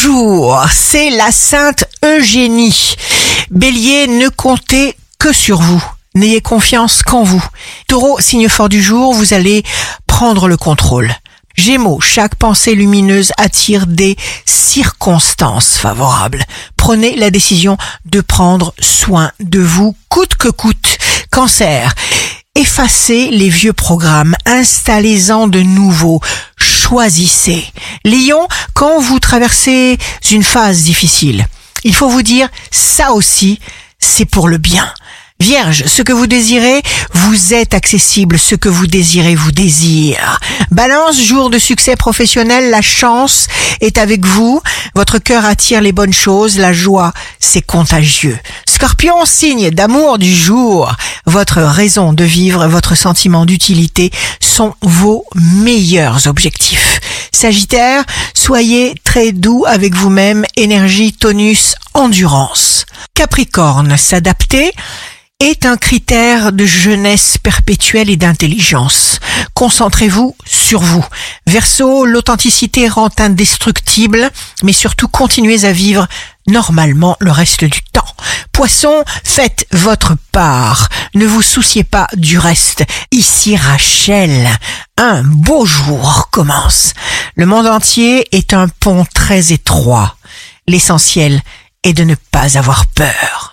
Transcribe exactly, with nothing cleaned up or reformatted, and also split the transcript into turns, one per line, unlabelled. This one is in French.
Bonjour, c'est la Sainte Eugénie. Bélier, ne comptez que sur vous. N'ayez confiance qu'en vous. Taureau, signe fort du jour, vous allez prendre le contrôle. Gémeaux, chaque pensée lumineuse attire des circonstances favorables. Prenez la décision de prendre soin de vous, coûte que coûte. Cancer, effacez les vieux programmes, installez-en de nouveaux, choisissez. Lion, quand vous traversez une phase difficile, il faut vous dire, ça aussi, c'est pour le bien. Vierge, ce que vous désirez, vous êtes accessible, ce que vous désirez vous désire. Balance, jour de succès professionnel, la chance est avec vous, votre cœur attire les bonnes choses, la joie, c'est contagieux. Scorpion, signe d'amour du jour, votre raison de vivre, votre sentiment d'utilité sont vos meilleurs objectifs. Sagittaire, soyez très doux avec vous-même, énergie, tonus, endurance. Capricorne, s'adapter est un critère de jeunesse perpétuelle et d'intelligence. Concentrez-vous sur vous. Verseau, l'authenticité rend indestructible, mais surtout continuez à vivre normalement le reste du temps. Poisson, faites votre part. Ne vous souciez pas du reste. Ici Rachel, un beau jour commence. Le monde entier est un pont très étroit. L'essentiel est de ne pas avoir peur.